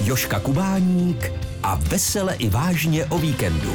Jožka Kubáník a vesele i vážně o víkendu.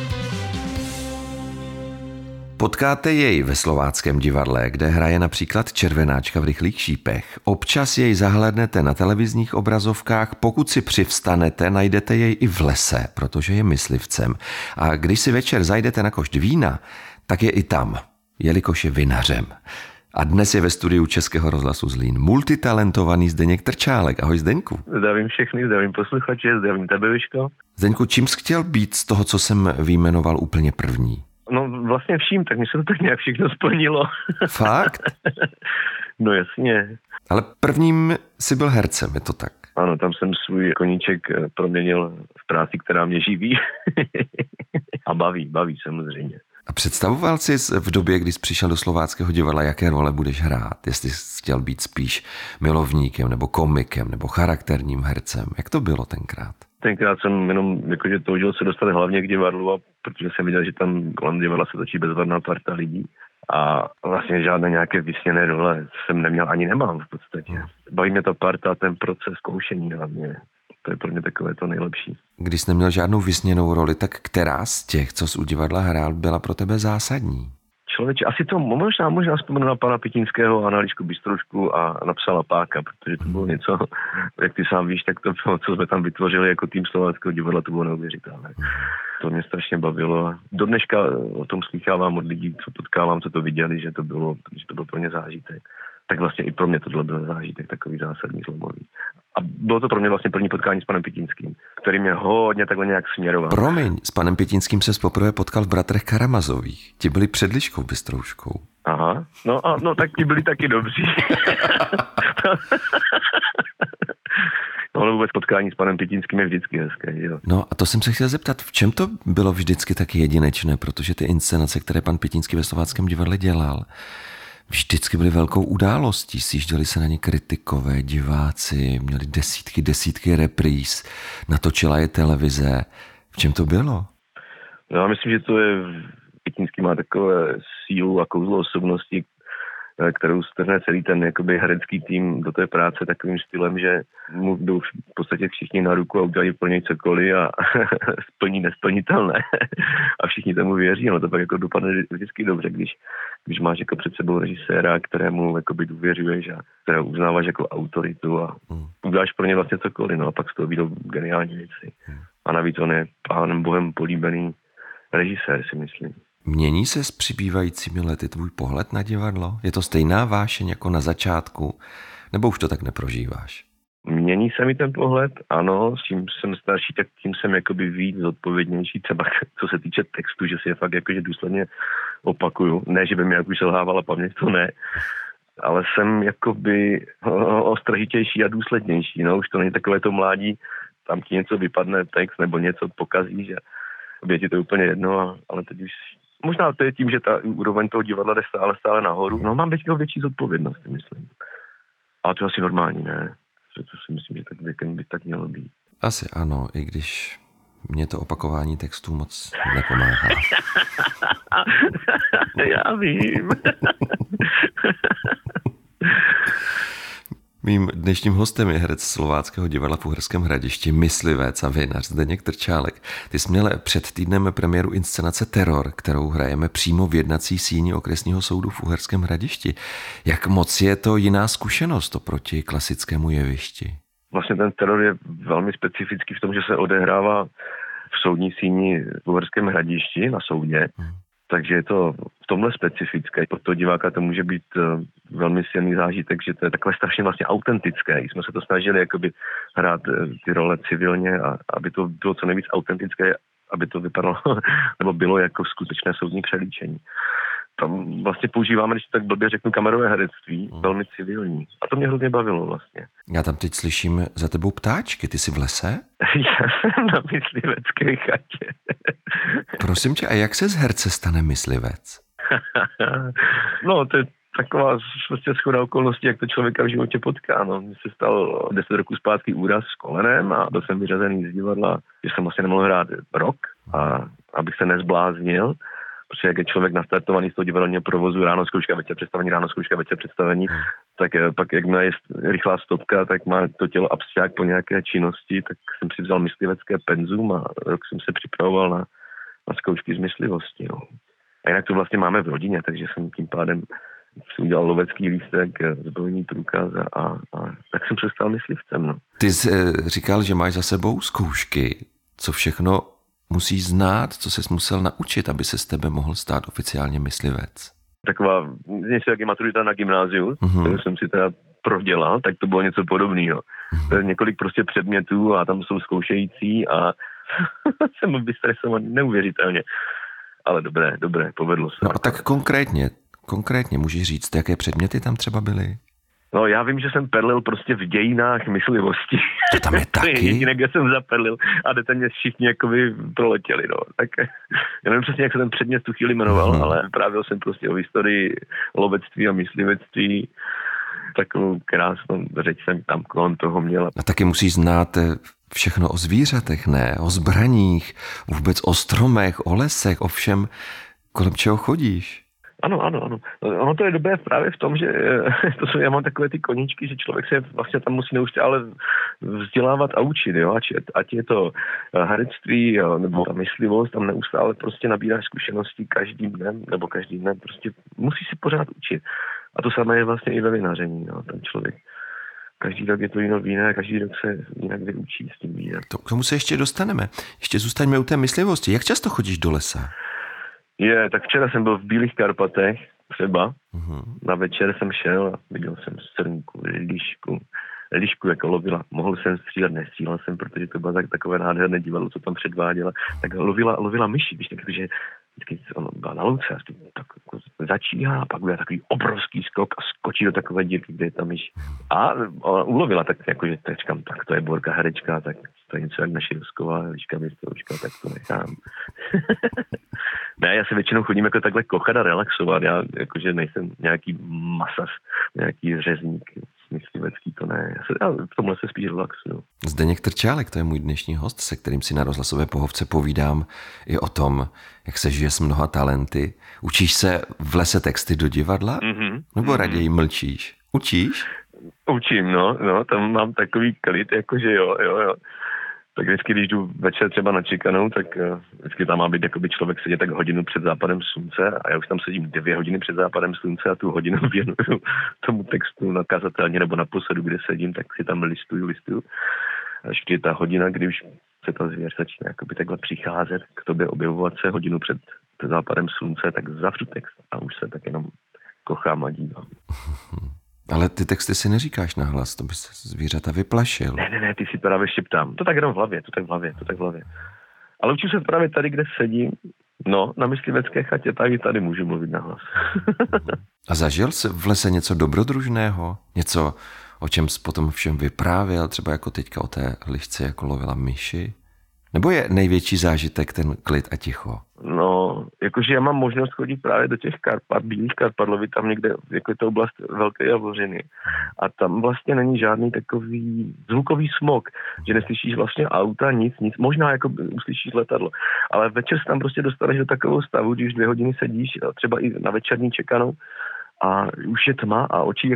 Potkáte jej ve Slováckém divadle, kde hraje například Červenáčka v Rychlých šípech. Občas jej zahlédnete na televizních obrazovkách, pokud si přivstanete, najdete jej i v lese, protože je myslivcem. A když si večer zajdete na košť vína, tak je i tam, jelikož je vinařem. A dnes je ve studiu Českého rozhlasu Zlín multitalentovaný Zdeněk Trčálek. Ahoj Zdeňku. Zdravím všechny, zdravím posluchače, zdravím tebe, Jožko. Zdeňku, čím jsi chtěl být z toho, co jsem vyjmenoval úplně první? No vlastně vším, tak mi se to tak nějak všechno splnilo. Fakt? No jasně. Ale prvním jsi byl hercem, je to tak? Ano, tam jsem svůj koníček proměnil v práci, která mě živí. A baví samozřejmě. A představoval jsi v době, kdy jsi přišel do Slováckého divadla, jaké role budeš hrát? Jestli jsi chtěl být spíš milovníkem, nebo komikem, nebo charakterním hercem? Jak to bylo tenkrát? Tenkrát jsem jenom jakože toužil se dostat hlavně k divadlu, a protože jsem viděl, že tam kolem divadla se točí bezvadná parta lidí. A vlastně žádné nějaké vysněné role jsem neměl, ani nemám v podstatě. Baví mě ta parta, ten proces zkoušení hlavně. To je pro mě takové to nejlepší. Když jsi neměl žádnou vysněnou roli, tak která z těch, co jsi u divadla hrál, byla pro tebe zásadní? Člověče, asi to možná vzpomenu na pana Pitínského a na Elišku Bystroušku a na Psa Lapáka, protože to bylo něco, jak ty sám víš, tak to, co jsme tam vytvořili jako tým Slováckého divadla, to bylo neuvěřitelné. To mě strašně bavilo. Do dneška o tom slýchávám od lidí, co potkávám, co to viděli, že to byl pro ně zážitek. Tak vlastně i pro mě tohle byl zážitek, takový zásadní, zlomový. A bylo to pro mě vlastně první potkání s panem Pitínským, který mě hodně takhle nějak směroval. Promiň, s panem Pitínským se poprvé potkal v Bratrech Karamazových. Ti byli před Liškou Bystrouškou. Aha, no tak ti byli taky dobří. No, vůbec potkání s panem Pitínským je vždycky hezké, jo. No a to jsem se chtěl zeptat, v čem to bylo vždycky taky jedinečné, protože ty inscenace, které pan Pitínský ve Slováckém divadle dělal, vždycky byly velkou událostí, sjížděli se na ně kritikové, diváci, měli desítky repríz, natočila je televize. V čem to bylo? No, já myslím, že to je, Pitínský má takové sílu a kouzlo osobnosti, kterou strhne celý ten jakoby herecký tým do té práce takovým stylem, že mu jdou v podstatě všichni na ruku a udělají pro něj cokoliv a splní nesplnitelné. A všichni tomu věří, no to pak jako dopadne vždycky dobře, když máš jako před sebou režiséra, kterému jakoby důvěřuješ a kterého uznáváš jako autoritu a uděláš pro ně vlastně cokoliv, no a pak z toho vyjdou geniální věci. A navíc on je pánem bohem políbený režisér, si myslím. Mění se s přibývajícími lety tvůj pohled na divadlo? Je to stejná vášeň jako na začátku? Nebo už to tak neprožíváš? Mění se mi ten pohled, ano, s čím jsem starší, tak tím jsem jakoby víc zodpovědnější, třeba co se týče textu, že si je fakt jakože důsledně opakuju. Ne, že by mi jak už selhávala paměť, to ne, ale jsem jakoby ostražitější a důslednější, no, už to není takové to mládí, tam ti něco vypadne text nebo něco pokazí, že je ti to úplně jedno, ale teď už možná to je tím, že ta úroveň toho divadla jde stále nahoru. No mám teď větší zodpovědnost, myslím. Ale to je asi normální, ne? To si myslím, že tak věkem by tak mělo být. Asi ano, i když mě to opakování textů moc nepomáhá. Já vím. Mým dnešním hostem je herec Slováckého divadla v Uherském Hradišti, myslivec a vinař Zdeněk Trčálek. Ty jsi měl před týdnem premiéru inscenace Teror, kterou hrajeme přímo v jednací síni okresního soudu v Uherském Hradišti. Jak moc je to jiná zkušenost oproti klasickému jevišti? Vlastně ten Teror je velmi specifický v tom, že se odehrává v soudní síni v Uherském Hradišti na soudě. Takže je to v tomhle specifické. Pro toho diváka to může být velmi silný zážitek, že to je takové strašně vlastně autentické. Jsme se to snažili jakoby hrát ty role civilně a aby to bylo co nejvíc autentické, aby to vypadalo nebo bylo jako skutečné soudní přelíčení. Tam vlastně používáme, když tak blbě řeknu, kamerové herectví, velmi civilní. A to mě hrozně bavilo vlastně. Já tam teď slyším za tebou ptáčky. Ty jsi v lese? Já jsem na myslivecké chatě. Prosím tě, a jak se z herce stane myslivec? No, to je taková prostě shoda okolností, jak to člověka v životě potká. No, mně se stal 10 roků zpátky úraz s kolenem a byl jsem vyřazený z divadla, že jsem vlastně nemohl hrát rok a abych se nezbláznil, protože jak je člověk nastartovaný z toho divadelního provozu, ráno zkouška, večer představení, ráno zkouška, večer představení, tak pak jakmile je rychlá stopka, tak má to tělo abstrakt po nějaké činnosti, tak jsem si vzal myslivecké penzum a rok jsem se připravoval na zkoušky z myslivosti. No. A jinak to vlastně máme v rodině, takže jsem tím pádem si udělal lovecký lístek, zbrojní průkaz a tak jsem se stal myslivcem. No. Ty jsi říkal, že máš za sebou zkoušky. Co všechno musíš znát, co jsi musel naučit, aby se z tebe mohl stát oficiálně myslivec? Taková něco jak je maturita na gymnáziu, kterou jsem si teda prodělal, tak to bylo něco podobného. To je několik prostě předmětů a tam jsou zkoušející a jsem vystresovaný neuvěřitelně. Ale dobré, povedlo se. No a tak konkrétně můžeš říct, jaké předměty tam třeba byly? No já vím, že jsem perlil prostě v dějinách myslivosti. To tam je taky? To je jediné, kde jsem zaperlil a detailně všichni jakoby proletěli, no. Tak já nevím přesně, jak se ten předmět tu chvíli jmenoval, ale vyprávěl jsem prostě o historii lovectví a myslivectví. Takovou krásnou řeč jsem tam kolem toho měl. A taky musíš znát všechno o zvířatech, ne? O zbraních, vůbec o stromech, o lesech, o všem, kolem čeho chodíš. Ano. Ono to je dobré právě v tom, že já mám takové ty koníčky, že člověk se vlastně tam musí neustále vzdělávat a učit, jo? Ať je to herectví, jo? Nebo ta myslivost, tam neustále prostě nabíráš zkušenosti každým dnem, prostě musí si pořád učit. A to samé je vlastně i ve vinaření, no? Ten člověk. Každý rok je to jiné, každý rok se jinak vyučí s tím vínem. K tomu se ještě dostaneme. Ještě zůstaňme u té myslivosti. Jak často chodíš do lesa? Tak včera jsem byl v Bílých Karpatech třeba. Na večer jsem šel a viděl jsem srnku, lišku jako lovila. Mohl jsem střílet, nestřílel jsem, protože to bylo takové nádherné divadlo, co tam předváděla. Tak lovila myši, víš, takže vždycky ona byla na louce a tak jako začíhá a pak bude takový obrovský skok a skočí do takové dírky, kde je ta myš. A ona ulovila, tak jakože tak říkám, tak to je borka herečka, tak to je něco jak naši Rusková, liška mistroučka, tak to nechám. Ne, já se většinou chodím jako takhle kochat a relaxovat, já jakože nejsem nějaký masas, nějaký řezník, myslivecký, to ne, já v tomhle se spíš relaxuju. Zdeněk Trčálek, to je můj dnešní host, se kterým si na Rozhlasové pohovce povídám i o tom, jak se žije s mnoha talenty. Učíš se v lese texty do divadla? Nebo raději mlčíš? Učíš? Učím, no, tam mám takový klid, jakože jo. Tak vždycky, když jdu večer třeba na čekanou, tak vždycky tam má být jakoby člověk sedět tak hodinu před západem slunce a já už tam sedím 2 hodiny před západem slunce a tu hodinu věnuju tomu textu nakazatelně nebo na posledu, kde sedím, tak si tam listuju. Až je ta hodina, kdy už se ta zvěř začíná jakoby takhle přicházet k tobě, objevovat se hodinu před západem slunce, tak zavřu text a už se tak jenom kochám a dívám. Ale ty texty si neříkáš nahlas, to by se zvířata vyplašil. Ne, ty si právě šeptám. To tak jenom v hlavě, to tak v hlavě. Ale učím se právě tady, kde sedím, na myslivecké chatě, tady můžu mluvit nahlas. A zažil jsi v lese něco dobrodružného? Něco, o čem jsi potom všem vyprávěl, třeba jako teďka o té lišce, jako lovila myši? Nebo je největší zážitek ten klid a ticho? No, jakože já mám možnost chodit právě do těch Karpat, Bílých Karpat, lovit tam někde, jako je to oblast Velké Javořiny. A tam vlastně není žádný takový zvukový smog, že neslyšíš vlastně auta, nic, možná jako uslyšíš letadlo. Ale večer se tam prostě dostaneš do takového stavu, když 2 hodiny sedíš, třeba i na večerní čekanou, a už je tma a oči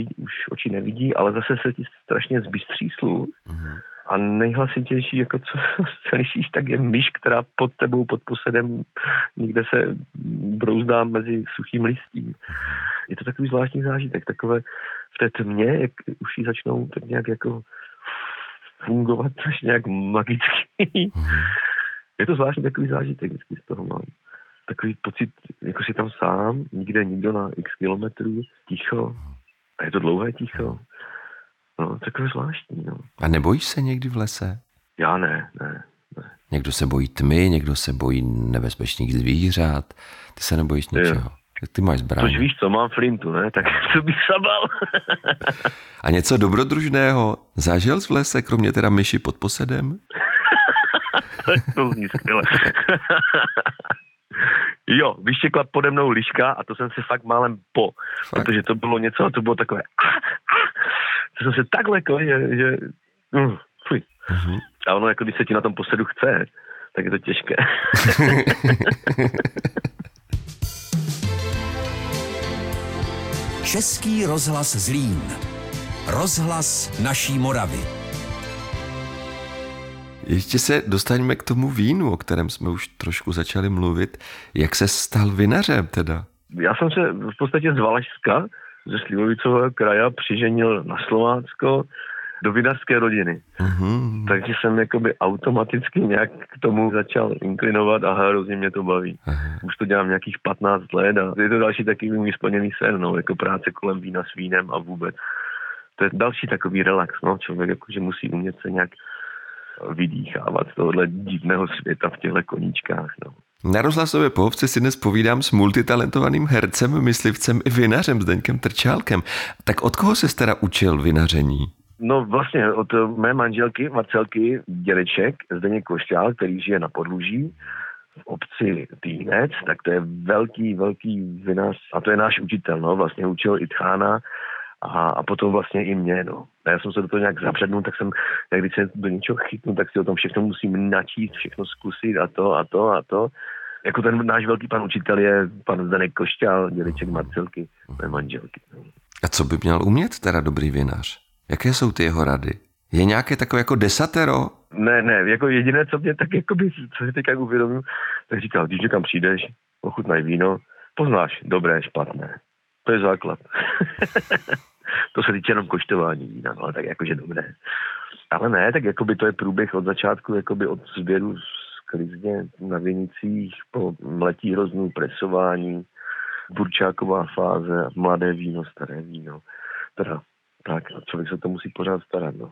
nevidí, ale zase se ti strašně zbystří sluch. A nejhlasitější, jako co slyšíš, tak je myš, která pod tebou, pod posedem, někde se brouzdá mezi suchým listím. Je to takový zvláštní zážitek, takové v té tmě, jak už jí začnou tak nějak jako fungovat až nějak magicky. Je to zvláštní takový zážitek, vždycky z toho mám. Takový pocit, jako si tam sám, nikde nikdo na x kilometrů, ticho. A je to dlouhé ticho. No, takové zvláštní, no. A nebojíš se někdy v lese? Já ne. Někdo se bojí tmy, někdo se bojí nebezpečných zvířat. Ty se nebojíš ničeho. Ty máš zbraň. Tož víš co, mám flintu, ne? Tak co bych sabal. A něco dobrodružného zažil jsi v lese, kromě teda myši pod posedem? To zní skvěle. Jo, vyštěkla pode mnou liška a to jsem si fakt málem protože to bylo něco a to bylo takové to jsem se tak lekl, že fuj. A ono, jako když se ti na tom posedu chce, tak je to těžké. Český rozhlas Zlín. Rozhlas naší Moravy. Ještě se dostaňme k tomu vínu, o kterém jsme už trošku začali mluvit. Jak se stal vinařem teda? Já jsem se v podstatě z Valašska, ze Slivovicového kraje, přiženil na Slovácko do vinařské rodiny. Takže jsem jakoby automaticky nějak k tomu začal inklinovat a hrozně mě to baví. Už to dělám nějakých 15 let a je to další takový můj splněný sen, no, jako práce kolem vína s vínem a vůbec. To je další takový relax, no, člověk jakože musí umět se nějak vydýchávat z tohohle divného světa v těchto koníčkách, no. Na rozhlasové pohovce si dnes povídám s multitalentovaným hercem, myslivcem i vinařem Zdeňkem Trčálkem. Tak od koho se teda učil vinaření? No vlastně od mé manželky Marcelky dědeček Zdeněk Košťál, který žije na Podluží v obci Týnec, tak to je velký vinař a to je náš učitel, no, vlastně učil i Tchána a potom vlastně i mě, no. A já jsem se do toho nějak zapřednul, tak jsem, jak když se do něčeho chytnu, tak si o tom všechno musím načíst, všechno zkusit a to. Jako ten náš velký pan učitel je pan Zdeněk Košťál, dědeček Marcelky, mé manželky. No. A co by měl umět teda dobrý vinař? Jaké jsou ty jeho rady? Je nějaké takové jako desatero? Ne, jako jediné, co mě tak jakoby, co si teďka uvědomil, tak říkal, když někam přijdeš, ochutnaj víno, poznáš dobré, špatné. To je základ. To se týče jenom koštování vína, no, tak jakože dobré. Ale ne, tak jakoby to je průběh od začátku, jakoby od sběru sklizně na vinicích po mletí hroznů, presování, burčáková fáze, mladé víno, staré víno. Teda tak, a člověk se to musí pořád starat, no.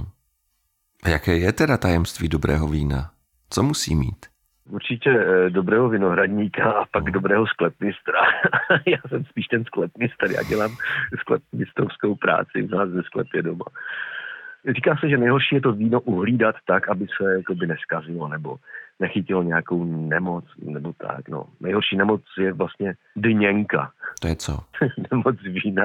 A jaké je teda tajemství dobrého vína? Co musí mít? Určitě dobrého vinohradníka a pak dobrého sklepmistra. Já jsem spíš ten sklepmistr, já dělám sklepmistrovskou práci v nás ve sklepě doma. Říká se, že nejhorší je to víno uhlídat tak, aby se jakoby neskazilo nebo nechytilo nějakou nemoc nebo tak, no. Nejhorší nemoc je vlastně dyněnka. To je co? Nemoc vína,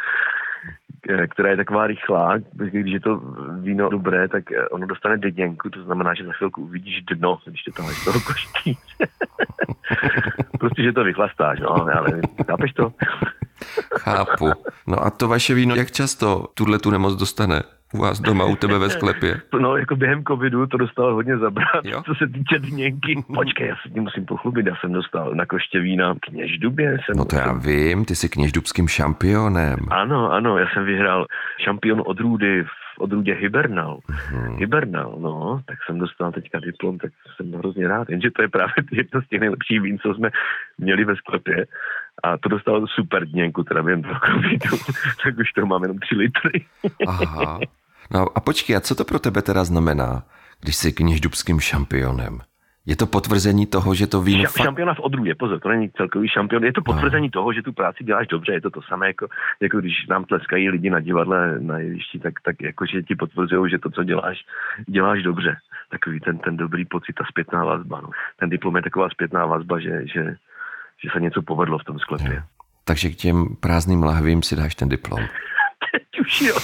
která je taková rychlá, když je to víno dobré, tak ono dostane dyněnku, to znamená, že za chvilku uvidíš dno, když to táhneš z toho koštíře. Prostě, že to vychlastáš, no, já nevím, chápeš to? Chápu. No a to vaše víno, jak často tu nemoc dostane? U vás doma, u tebe ve sklepě? No, jako během covidu to dostal hodně zabrat, jo? Co se týče dyněnky. Počkej, já se tím musím pochlubit, já jsem dostal na koště vína Kněždubě. No to já vím, ty jsi kněždubským šampionem. Ano, já jsem vyhrál šampion odrůdy v odrůdě Hibernal. Hibernal, no, tak jsem dostal teďka diplom, tak jsem hrozně rád, jenže to je právě jedno z těch nejlepších vín, co jsme měli ve sklepě. A to dostalo super dněnku, teda během toho covidu, tak už to mám jenom 3 litry. Aha. No a počkej, a co to pro tebe teda znamená, když jsi kněždubským šampionem? Je to potvrzení toho, že to víno... Šampiona v odrůdě, pozor, to není celkový šampion. Je to potvrzení toho, že tu práci děláš dobře. Je to samé, jako když nám tleskají lidi na divadle, na jevišti, tak jakože ti potvrzují, že to, co děláš dobře. Takový ten dobrý pocit, ta zpětná vazba. No. Ten diplom je taková zpětná vazba, že se něco povedlo v tom sklepě. Takže k těm prázdným lahvím si dáš ten diplom. Teď už jo.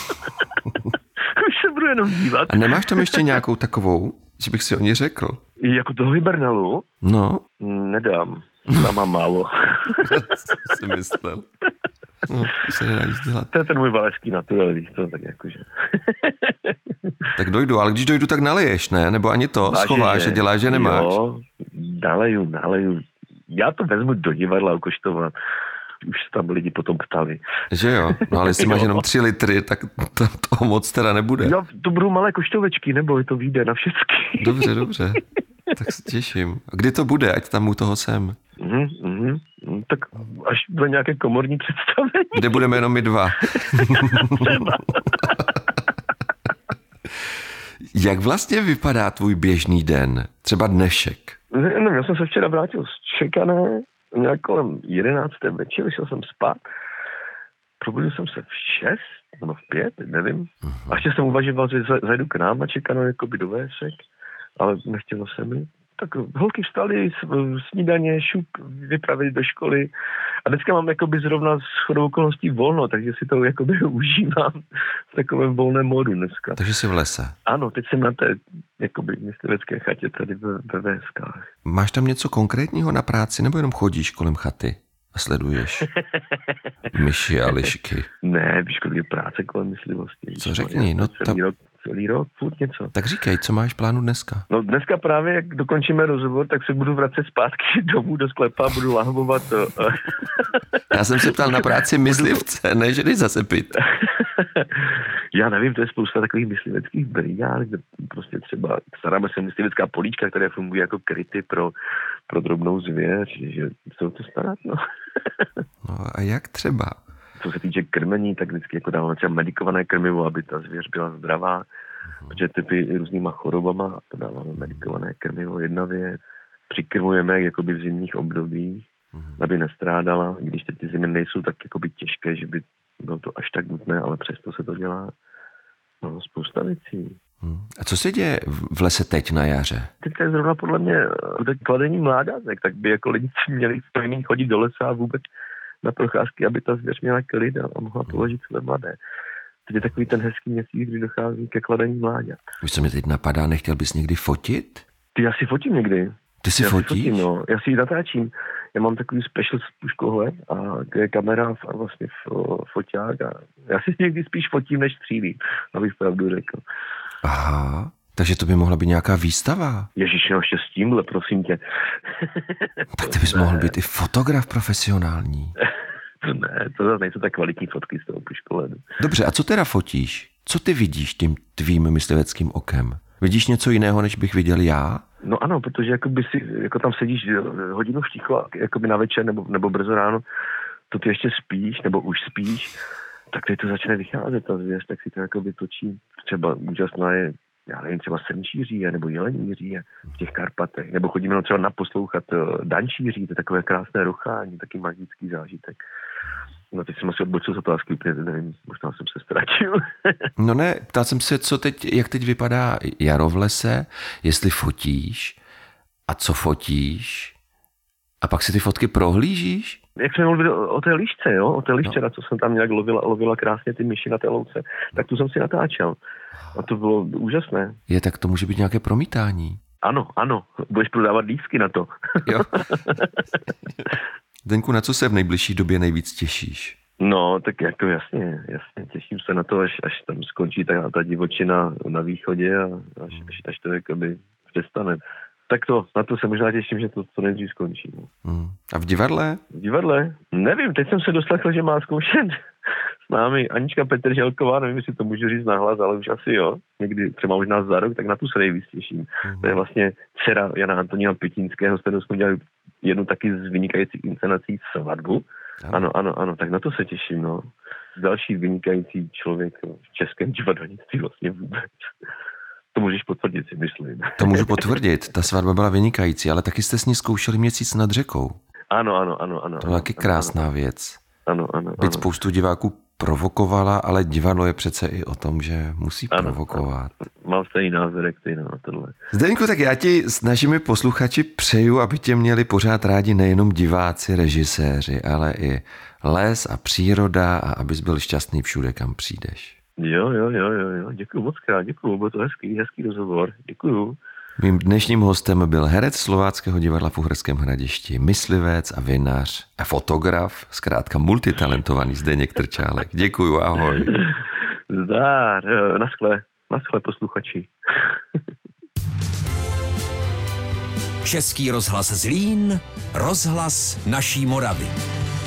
Už se budu jenom dívat. A nemáš tam ještě nějakou takovou, že bych si o ní řekl? Jako toho Hibernalu? No. Nedám. Tam mám málo. Co jsem myslel. No, to se nedá nic dělat. To je ten můj valašský naturel, víš to, tak jakože. Tak dojdu, ale když dojdu, tak naleješ, ne? Nebo ani to schováš a děláš, že nemáš? Jo, naleju. Já to vezmu do divadla ukoštovat. Už se tam lidi potom ptali. Že jo? No ale jestli máš jenom 3 litry, tak toho moc teda nebude. Jo, to budou malé koštovečky, nebo to vyjde na všechny. Dobře. Tak se těším. A kdy to bude, ať tam u toho jsem? Tak až do nějaké komorní představení. Kde budeme jenom my 2. Jak vlastně vypadá tvůj běžný den? Třeba dnešek? No, já jsem se včera vrátil z Čekané, nějak kolem 11. večer, šel jsem spát. Probudil jsem se v 6, nebo v 5, nevím. A ještě jsem uvažoval, že zajdu k nám na Čekanou jakoby do Vések, ale nechtělo se mi. Tak holky vstaly, snídaně, šup, vypravili do školy. A dneska mám jakoby zrovna shodou okolností volno, takže si to jakoby užívám v takovém volném módu dneska. Takže jsi v lese. Ano, teď jsem na té jakoby myslivecké chatě tady ve Véskách. Máš tam něco konkrétního na práci, nebo jenom chodíš kolem chaty? a sleduješ myši a lišky. Ne, víš, kolik je práce kolem myslivosti. Co řekni? No celý rok, furt něco. Tak říkej, co máš plánu dneska? No dneska právě, jak dokončíme rozhovor, tak se budu vracet zpátky domů do sklepa a budu lahvovat to. Já jsem se ptal na práci myslivce, ne, že jdeš zase pít. Já nevím, to je spousta takových mysliveckých brigád, kde prostě třeba staráme se myslivecká políčka, které fungují jako kryty pro drobnou zvěř, že jsou to starat, no. No a jak třeba? Co se týče krmení, tak vždycky jako dáváme třeba medikované krmivo, aby ta zvěř byla zdravá, protože typy různýma chorobama, to dáváme medikované krmivo, jedna věc. Přikrmujeme jakoby v zimních obdobích, aby nestrádala, když ty zimy nejsou tak jakoby těžké, že by bylo to až tak nutné, ale přesto se to dělá. No, spousta věcí. A co se děje v lese teď na jaře? Teď je zrovna podle mě kladení mládázek, tak by jako lidi měli chodit do lesa a vůbec na procházky, aby ta zvěř měla klid a mohla položit své mladé. Teď je takový ten hezký měsíc, kdy dochází ke kladení mláďat. Víš, co mě teď napadá, nechtěl bys někdy fotit? Já si fotím někdy. Ty si fotíš? Fotím, no. Já si ji natáčím. Já mám takový special puškohled a je kamera a vlastně foťák a já si někdy spíš fotím, než střílím, abych pravdu řekl. Aha, takže to by mohla být nějaká výstava. Ježiš, no ještě s tímhle, prosím tě. Tak ty bys mohl být i fotograf profesionální. Ne, to zase nejsou tak kvalitní fotky z toho puškohledu. Dobře, a co teda fotíš? Co ty vidíš tím tvým mysliveckým okem? Vidíš něco jiného, než bych viděl já? No ano, protože jako tam sedíš hodinu v tichu a jakoby na večer nebo brzo ráno, to ty ještě spíš, nebo už spíš, tak teď to začne vycházet ta zvěř, tak si to jakoby točí. Třeba úžasná je, já nevím, třeba srnčíří nebo jelení v těch Karpatech, nebo chodíme třeba naposlouchat dančíří, to je takové krásné rochání, taky magický zážitek. No teď jsem asi odbočil z otázky, úplně nevím, možná jsem se ztratil. No ne, ptal jsem se, jak teď vypadá jaro v lese, jestli fotíš a co fotíš a pak si ty fotky prohlížíš? Jak jsme mluvili o té lišce, jo? O té lišce, na co jsem tam nějak lovila krásně ty myši na té louce, tak tu jsem si natáčel. A to bylo úžasné. Tak to může být nějaké promítání. Ano, budeš prodávat lístky na to. Jo. Zdeňku, na co se v nejbližší době nejvíc těšíš? No, tak jako jasně, těším se na to, až tam skončí ta divočina na východě a až to jakoby přestane. Tak na to se možná těším, že to nejdřív skončí. No. A v divadle? V divadle? Nevím, teď jsem se doslechl, že má zkoušet s námi Anička Petrželková, nevím, jestli to můžu říct nahlas, ale už asi jo. Někdy třeba možná za rok, tak na tu se nejvíc těším. To je vlastně dcera Jana Antonína Pětínského, s kterou jsme dělali jednu taky z vynikajících inscenací Svatbu. Ano, tak na to se těším, no. Další vynikající člověk v českém divadelnictví vlastně vůbec. To můžeš potvrdit, si myslím. To můžu potvrdit, ta svatba byla vynikající, ale taky jste s ní zkoušeli Měsíc nad řekou. Ano. To byla taky krásná věc. Ano. Byť spoustu diváků provokovala, ale divadlo je přece i o tom, že musí provokovat. Mám stejný názor, jak ty na tohle. Zdeňku, tak já ti s našimi posluchači přeju, aby tě měli pořád rádi nejenom diváci, režiséři, ale i les a příroda a abys byl šťastný všude, kam přijdeš. Jo. Děkuju moc krát, bylo to hezký rozhovor. Děkuju. Mým dnešním hostem byl herec Slováckého divadla v Uherském Hradišti, myslivec a vinař a fotograf, zkrátka multitalentovaný Zdeněk Trčálek. Děkuju, ahoj. Zdar, naschle posluchači. Český rozhlas Zlín, rozhlas naší Moravy.